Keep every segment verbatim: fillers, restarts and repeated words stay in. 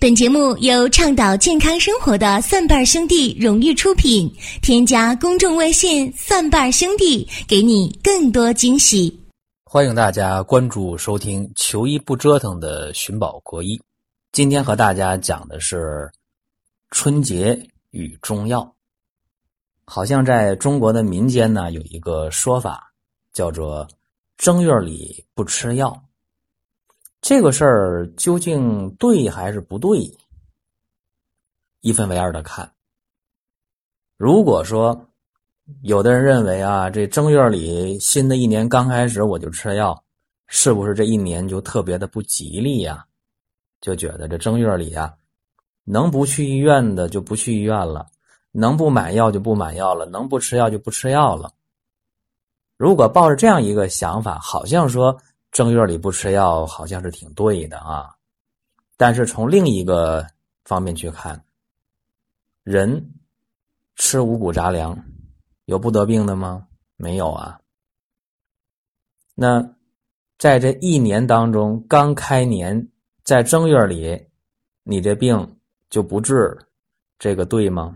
本节目由倡导健康生活的蒜瓣兄弟荣誉出品，添加公众微信蒜瓣兄弟，给你更多惊喜。 欢迎大家关注收听求医不折腾的寻宝国医。今天和大家讲的是春节与中药。好像在中国的民间呢，有一个说法叫做正月里不吃药。这个事儿究竟对还是不对，一分为二的看。如果说有的人认为啊，这正月里新的一年刚开始我就吃药，是不是这一年就特别的不吉利呀？就觉得这正月里啊，能不去医院的就不去医院了，能不买药就不买药了，能不吃药就不吃药了。如果抱着这样一个想法，好像说正月里不吃药好像是挺对的啊。但是从另一个方面去看，人吃五谷杂粮有不得病的吗？没有啊。那在这一年当中，刚开年，在正月里你这病就不治，这个对吗？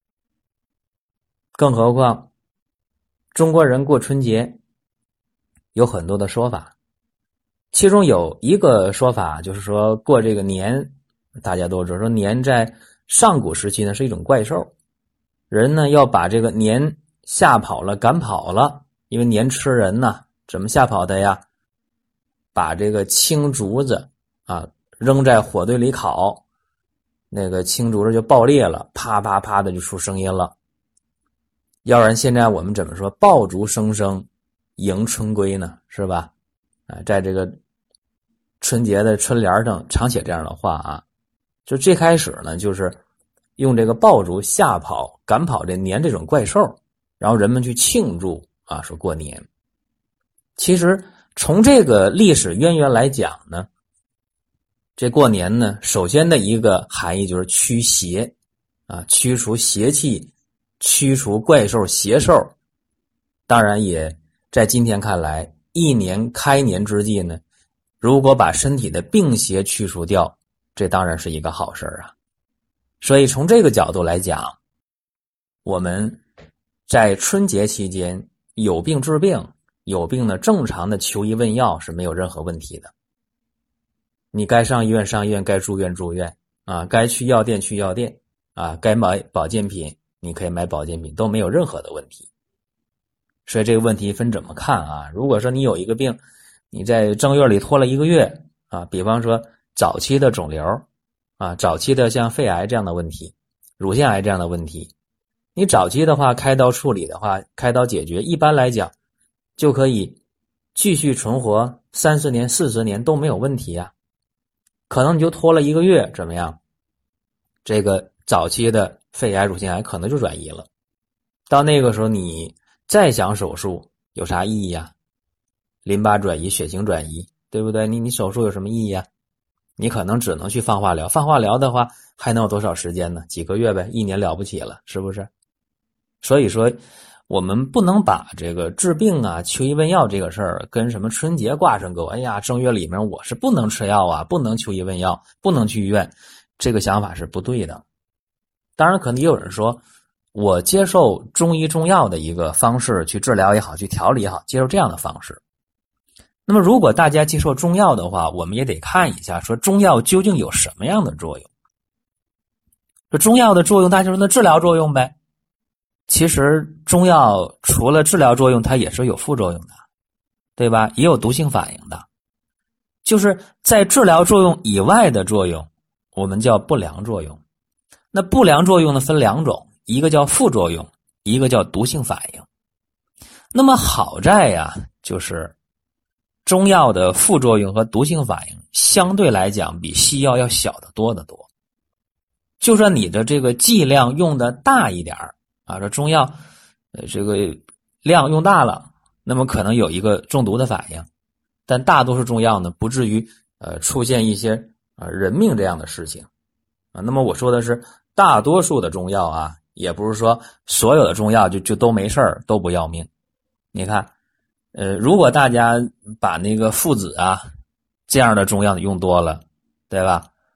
更何况中国人过春节有很多的说法，其中有一个说法就是说过这个年，大家都知道说年在上古时期呢是一种怪兽，人呢要把这个年吓跑了赶跑了，因为年吃人呢，怎么吓跑的呀？把这个青竹子啊扔在火堆里烤，那个青竹子就爆裂了，啪啪啪的就出声音了。要不然现在我们怎么说爆竹声声迎春归呢？是吧？啊，在这个春节的春联上常写这样的话啊。就最开始呢，就是用这个爆竹吓跑赶跑这年这种怪兽，然后人们去庆祝啊，说过年。其实从这个历史渊源来讲呢，这过年呢，首先的一个含义就是驱邪啊，驱除邪气，驱除怪兽邪兽。当然也在今天看来，一年开年之际呢，如果把身体的病邪驱除掉，这当然是一个好事啊。所以从这个角度来讲，我们在春节期间有病治病，有病呢正常的求医问药是没有任何问题的。你该上医院上医院，该住院住院啊，该去药店去药店啊，该买保健品你可以买保健品，都没有任何的问题。所以这个问题分怎么看啊？如果说你有一个病，你在正月里拖了一个月啊，比方说早期的肿瘤啊，早期的像肺癌这样的问题，乳腺癌这样的问题，你早期的话开刀处理的话，开刀解决，一般来讲就可以继续存活三十年四十年都没有问题啊。可能你就拖了一个月，怎么样？这个早期的肺癌乳腺癌可能就转移了，到那个时候你再想手术有啥意义啊？淋巴转移血型转移，对不对？你你手术有什么意义啊？你可能只能去放化疗，放化疗的话还能有多少时间呢？几个月呗，一年了不起了，是不是？所以说我们不能把这个治病啊求医问药这个事儿跟什么春节挂上钩。哎呀，正月里面我是不能吃药啊，不能求医问药，不能去医院，这个想法是不对的。当然可能也有人说我接受中医中药的一个方式去治疗也好，去调理也好，接受这样的方式。那么如果大家接受中药的话，我们也得看一下说中药究竟有什么样的作用。这中药的作用大家说那治疗作用呗，其实中药除了治疗作用它也是有副作用的，对吧？也有毒性反应的，就是在治疗作用以外的作用我们叫不良作用。那不良作用呢分两种，一个叫副作用，一个叫毒性反应。那么好在呀，就是中药的副作用和毒性反应相对来讲比西药要小得多得多。就算你的这个剂量用的大一点啊，这中药呃这个量用大了，那么可能有一个中毒的反应，但大多数中药呢不至于呃出现一些呃人命这样的事情啊。那么我说的是大多数的中药啊，也不是说所有的中药就就都没事儿，都不要命。你看呃，如果大家把那个附子啊这样的中药用多了，对吧？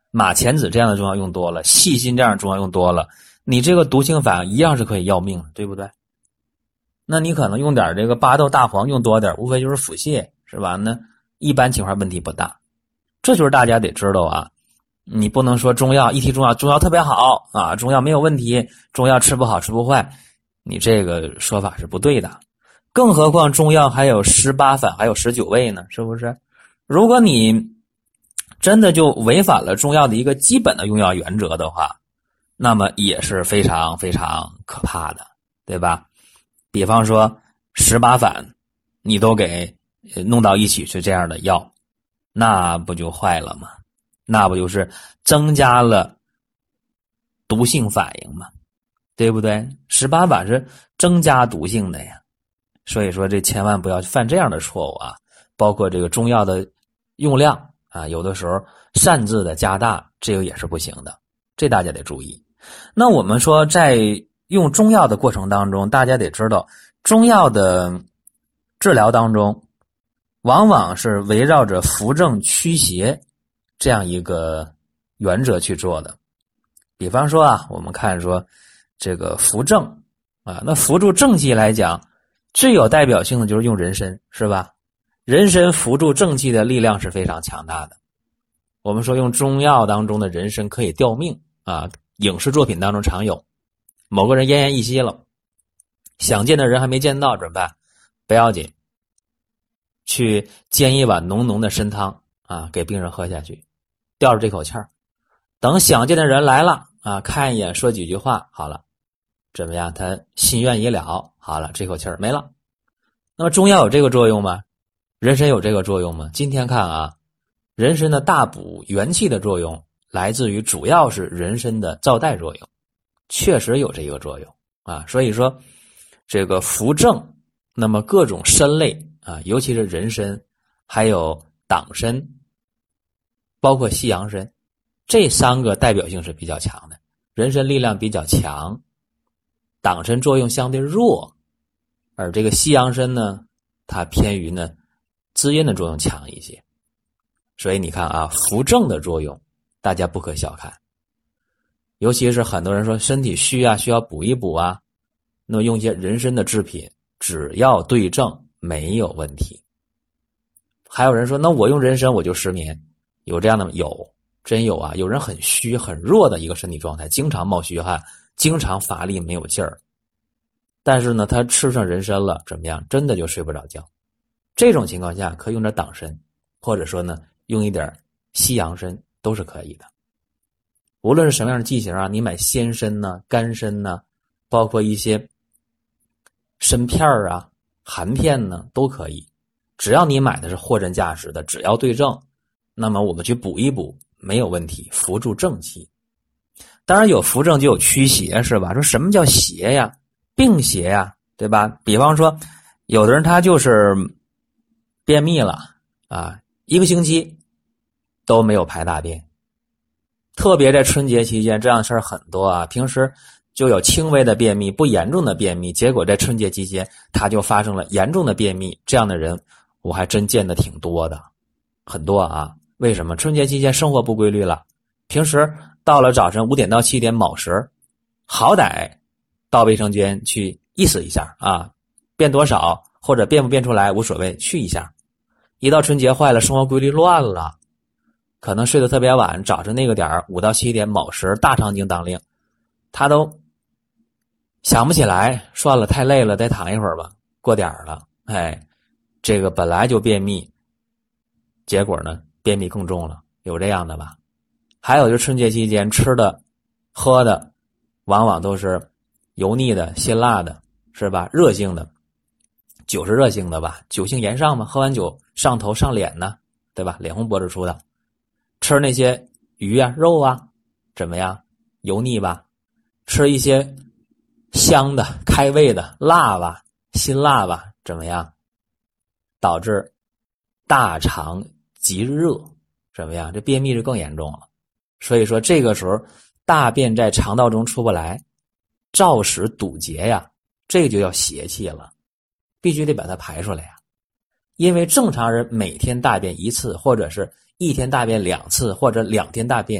马钱子这样的中药用多了，细辛这样的中药用多了，你这个毒性反应一样是可以要命的，对不对？那你可能用点这个巴豆大黄用多点，无非就是腹泻，是吧？那一般情况问题不大。这就是大家得知道啊，你不能说中药一提中药，中药特别好啊，中药没有问题，中药吃不好吃不坏，你这个说法是不对的。更何况中药还有十八反，还有十九味呢，是不是？如果你真的就违反了中药的一个基本的用药原则的话，那么也是非常非常可怕的，对吧？比方说十八反你都给弄到一起去这样的药，那不就坏了吗？那不就是增加了毒性反应吗？对不对？十八反是增加毒性的呀。所以说这千万不要犯这样的错误啊，包括这个中药的用量啊，有的时候擅自的加大，这个也是不行的，这大家得注意。那我们说在用中药的过程当中，大家得知道中药的治疗当中往往是围绕着扶正驱邪这样一个原则去做的。比方说啊，我们看说这个扶正啊，那扶助正气来讲，最有代表性的就是用人参，是吧？人参扶助正气的力量是非常强大的。我们说用中药当中的人参可以吊命啊，影视作品当中常有，某个人奄奄一息了，想见的人还没见到怎么办？不要紧，去煎一碗浓浓的参汤啊，给病人喝下去，吊着这口气儿，等想见的人来了啊，看一眼说几句话，好了，怎么样？他心愿已了，好了，这口气儿没了。那么中药有这个作用吗？人参有这个作用吗？今天看啊，人参的大补元气的作用来自于主要是人参的燥带作用，确实有这个作用啊。所以说这个扶正，那么各种参类啊，尤其是人参还有党参包括西洋参，这三个代表性是比较强的。人参力量比较强，党参作用相对弱，而这个西洋参呢，它偏于呢滋阴的作用强一些。所以你看啊，扶正的作用大家不可小看，尤其是很多人说身体虚啊，需要补一补啊，那么用一些人参的制品，只要对症没有问题。还有人说那我用人参我就失眠，有这样的吗？有，真有啊。有人很虚很弱的一个身体状态，经常冒虚汗，经常乏力没有劲儿，但是呢他吃上人参了，怎么样？真的就睡不着觉。这种情况下可以用点党参，或者说呢用一点西洋参都是可以的。无论是什么样的剂型啊，你买鲜参呢、干参呢，包括一些参片啊、含片呢都可以。只要你买的是货真价实的，只要对症，那么我们去补一补没有问题，扶助正气。当然有扶正就有驱邪，是吧？说什么叫邪呀？病邪呀，对吧？比方说有的人他就是便秘了啊，一个星期都没有排大便，特别在春节期间这样的事儿很多啊。平时就有轻微的便秘，不严重的便秘，结果在春节期间他就发生了严重的便秘，这样的人我还真见得挺多的，很多啊。为什么？春节期间生活不规律了，平时到了早晨五点到七点卯时，好歹到卫生间去意思一下啊，便多少或者便不便出来无所谓，去一下。一到春节坏了，生活规律乱了，可能睡得特别晚，早晨那个点儿五到七点卯时大肠经当令，他都想不起来，算了，太累了，再躺一会儿吧，过点儿了。哎，这个本来就便秘，结果呢便秘更重了，有这样的吧？还有就是春节期间吃的喝的往往都是油腻的、辛辣的，是吧？热性的，酒是热性的吧，酒性炎上嘛，喝完酒上头上脸呢，对吧？脸红脖子粗的。吃那些鱼啊肉啊怎么样？油腻吧。吃一些香的开胃的辣吧辛辣吧怎么样？导致大肠极热，怎么样？这便秘就更严重了。所以说这个时候大便在肠道中出不来，燥使堵结呀，这个就叫邪气了，必须得把它排出来呀。因为正常人每天大便一次，或者是一天大便两次，或者两天大便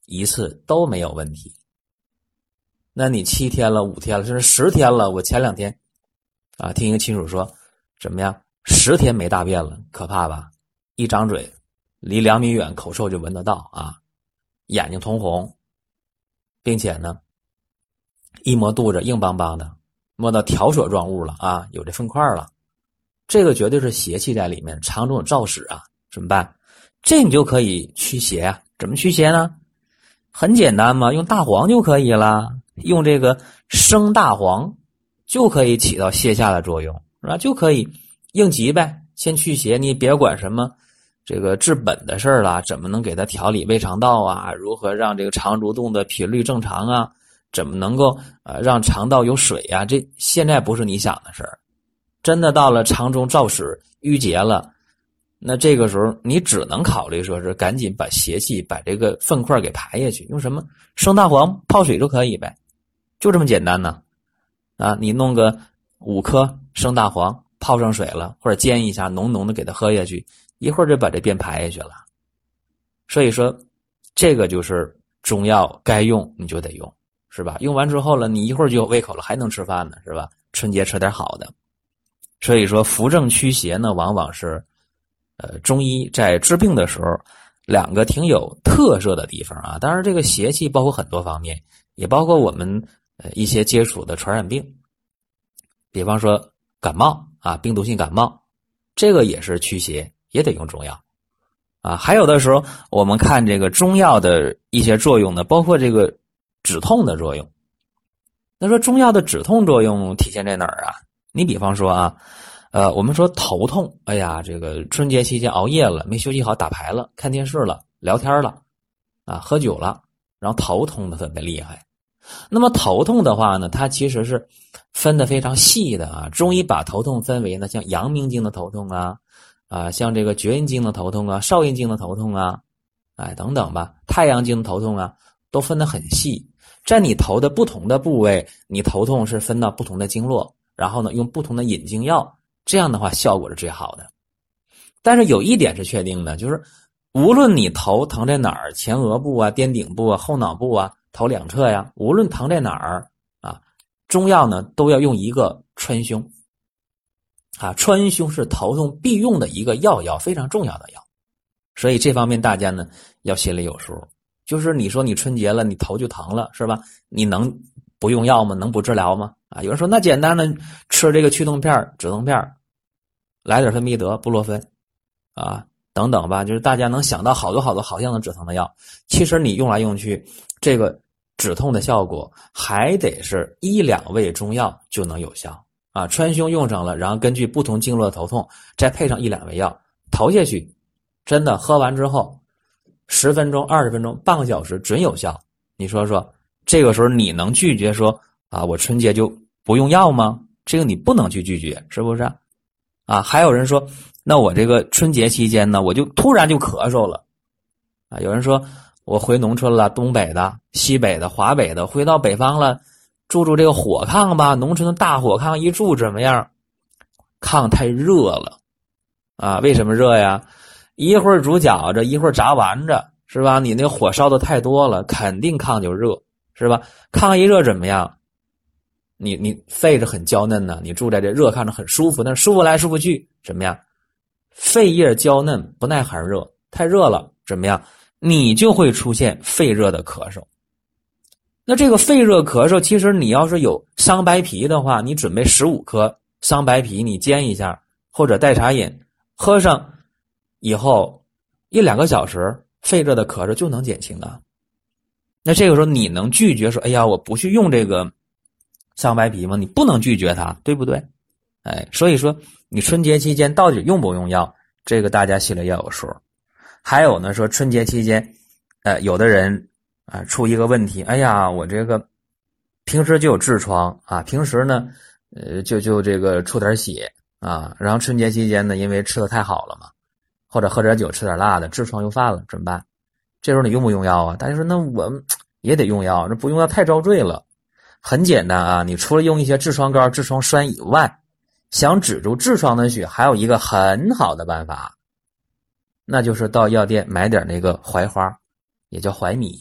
一次都没有问题。那你七天了，五天了，甚至十天了，我前两天啊听一个亲属说怎么样，十天没大便了，可怕吧？一张嘴离两米远口臭就闻得到啊，眼睛通红，并且呢一摸肚子硬邦邦的，摸到条索状物了啊，有这粪块了，这个绝对是邪气在里面，肠中有燥屎啊，怎么办？这你就可以驱邪啊。怎么驱邪呢？很简单嘛，用大黄就可以了，用这个生大黄就可以起到泻下的作用，是吧？就可以应急呗，先驱邪，你别管什么这个治本的事儿啦，怎么能给它调理胃肠道啊？如何让这个肠蠕动的频率正常啊？怎么能够呃让肠道有水啊？这现在不是你想的事儿，真的到了肠中燥屎淤结了，那这个时候你只能考虑说是赶紧把邪气把这个粪块给排下去，用什么生大黄泡水就可以呗，就这么简单呢。啊，你弄个五颗生大黄泡上水了，或者煎一下浓浓的给它喝下去，一会儿就把这便排下去了。所以说这个就是中药该用你就得用，是吧？用完之后了，你一会儿就有胃口了，还能吃饭呢，是吧？春节吃点好的。所以说扶正驱邪呢，往往是呃中医在治病的时候两个挺有特色的地方啊。当然这个邪气包括很多方面，也包括我们呃一些接触的传染病，比方说感冒啊，病毒性感冒，这个也是驱邪，也得用中药啊。还有的时候我们看这个中药的一些作用呢，包括这个止痛的作用。那说中药的止痛作用体现在哪儿啊？你比方说啊，呃，我们说头痛，哎呀，这个春节期间熬夜了，没休息好，打牌了，看电视了，聊天了，啊，喝酒了，然后头痛的特别厉害。那么头痛的话呢，它其实是分得非常细的啊。中医把头痛分为呢，像阳明经的头痛啊，啊，像这个厥阴经的头痛啊，少阴经的头痛啊，哎，等等吧，太阳经的头痛啊，都分得很细。在你头的不同的部位，你头痛是分到不同的经络，然后呢，用不同的引经药，这样的话效果是最好的。但是有一点是确定的，就是无论你头疼在哪儿，前额部啊、颠顶部啊、后脑部啊、头两侧呀，无论疼在哪儿啊，中药呢都要用一个川芎啊，川芎是头痛必用的一个药药，非常重要的药。所以这方面大家呢要心里有数。就是你说你春节了，你头就疼了，是吧？你能不用药吗？能不治疗吗？啊，有人说那简单的吃这个祛痛片、止痛片，来点芬必得、布洛芬啊等等吧，就是大家能想到好多好多好像的止疼的药，其实你用来用去，这个止痛的效果还得是一两味中药就能有效啊。川芎用上了，然后根据不同经络的头痛，再配上一两味药投下去，真的喝完之后十分钟、二十分钟、半个小时准有效。你说说，这个时候你能拒绝说啊，我春节就不用药吗？这个你不能去拒绝，是不是？啊，还有人说，那我这个春节期间呢，我就突然就咳嗽了啊。有人说我回农村了，东北的、西北的、华北的，回到北方了，住住这个火炕吧，农村的大火炕一住怎么样？炕太热了啊。为什么热呀？一会儿煮饺子，一会儿炸丸子，是吧？你那个火烧的太多了，肯定炕就热，是吧？炕一热怎么样？你你肺是很娇嫩的，你住在这热炕上很舒服，但是舒服来舒服去，怎么样？肺叶娇嫩，不耐寒热，太热了，怎么样？你就会出现肺热的咳嗽。那这个肺热咳嗽，其实你要是有桑白皮的话，你准备十五颗桑白皮，你煎一下，或者代茶饮，喝上以后一两个小时，肺热的咳嗽就能减轻啊。那这个时候你能拒绝说，哎呀，我不去用这个桑白皮吗？你不能拒绝它，对不对？哎，所以说你春节期间到底用不用药，这个大家心里要有数。还有呢，说春节期间，呃，有的人啊出一个问题，哎呀，我这个平时就有痔疮啊，平时呢，呃，就就这个出点血啊，然后春节期间呢，因为吃的太好了嘛，或者喝点酒吃点辣的，痔疮又犯了，怎么办？这时候你用不用药啊？大家说那我也得用药，这不用药太遭罪了。很简单啊，你除了用一些痔疮膏、痔疮栓以外，想止住痔疮的血，还有一个很好的办法，那就是到药店买点那个槐花，也叫槐米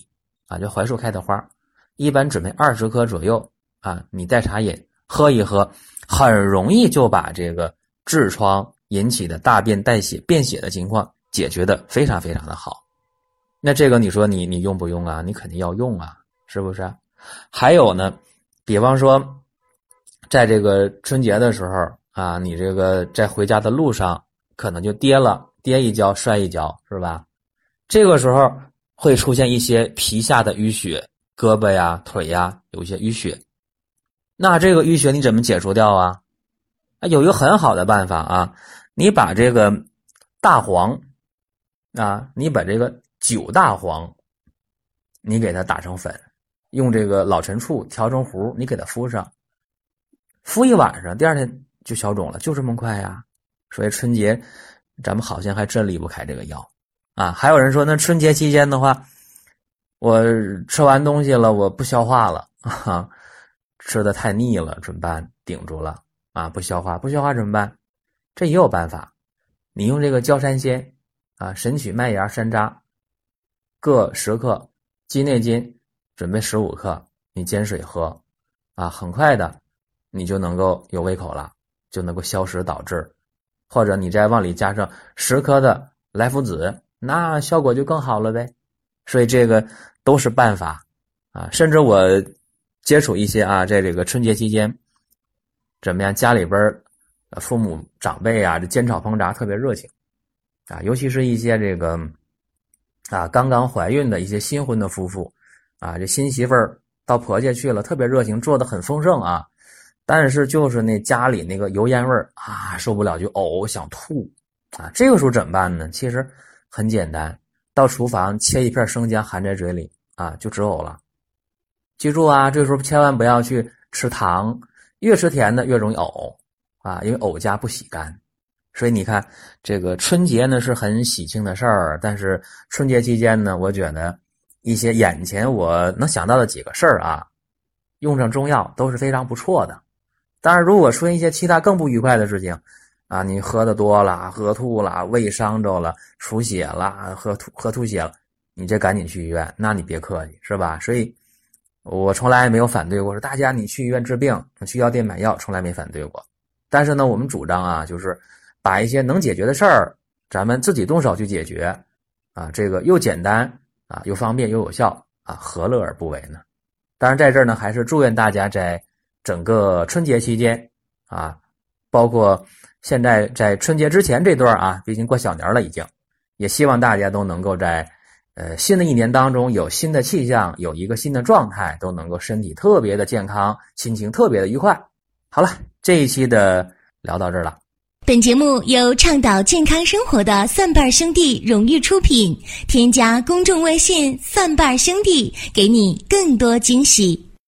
啊，就槐树开的花，一般准备二十颗左右啊，你代茶饮喝一喝，很容易就把这个痔疮引起的大便代谢便血的情况解决的非常非常的好。那这个你说你你用不用啊？你肯定要用啊，是不是？还有呢，比方说在这个春节的时候啊，你这个在回家的路上可能就跌了，跌一跤摔一跤，是吧？这个时候会出现一些皮下的淤血，胳膊呀腿呀有一些淤血，那这个淤血你怎么解除掉啊？有一个很好的办法啊，你把这个大黄啊，你把这个九大黄你给它打成粉，用这个老陈醋调成糊，你给它敷上，敷一晚上，第二天就消肿了，就这么快呀。所以春节咱们好像还真离不开这个药啊。还有人说，那春节期间的话，我吃完东西了，我不消化了啊，吃的太腻了怎么办？顶住了啊，不消化，不消化怎么办？这也有办法，你用这个焦山仙啊，神曲麦芽山楂各十克，鸡内金准备十五克，你煎水喝啊，很快的你就能够有胃口了，就能够消食导滞。或者你再往里加上十克的莱菔子，那效果就更好了呗。所以这个都是办法啊。甚至我接触一些啊，在这个春节期间怎么样，家里边父母长辈啊，这煎炒烹炸特别热情啊，尤其是一些这个啊刚刚怀孕的一些新婚的夫妇啊，这新媳妇儿到婆家去了，特别热情，做的很丰盛啊。但是就是那家里那个油烟味儿啊，受不了就呕想吐啊，这个时候怎么办呢？其实很简单，到厨房切一片生姜含在嘴里啊，就止呕了。记住啊，这时候千万不要去吃糖，越吃甜的越容易呕啊，因为呕家不喜肝。所以你看，这个春节呢是很喜庆的事儿，但是春节期间呢，我觉得一些眼前我能想到的几个事儿啊，用上中药都是非常不错的。当然如果出现一些其他更不愉快的事情啊，你喝的多了，喝吐了，胃伤着了，出血了，喝吐喝吐血了，你这赶紧去医院，那你别客气，是吧？所以我从来没有反对过，说大家你去医院治病，去药店买药，从来没反对过。但是呢，我们主张啊，就是把一些能解决的事儿，咱们自己动手去解决啊，这个又简单啊，又方便又有效啊，何乐而不为呢？当然在这儿呢，还是祝愿大家在整个春节期间啊，包括现在在春节之前这段啊，毕竟过小年了已经，也希望大家都能够在呃新的一年当中有新的气象，有一个新的状态，都能够身体特别的健康，心情特别的愉快。好了，这一期的聊到这儿了。 本节目由倡导健康生活的蒜瓣兄弟荣誉出品，添加公众微信蒜瓣兄弟，给你更多惊喜。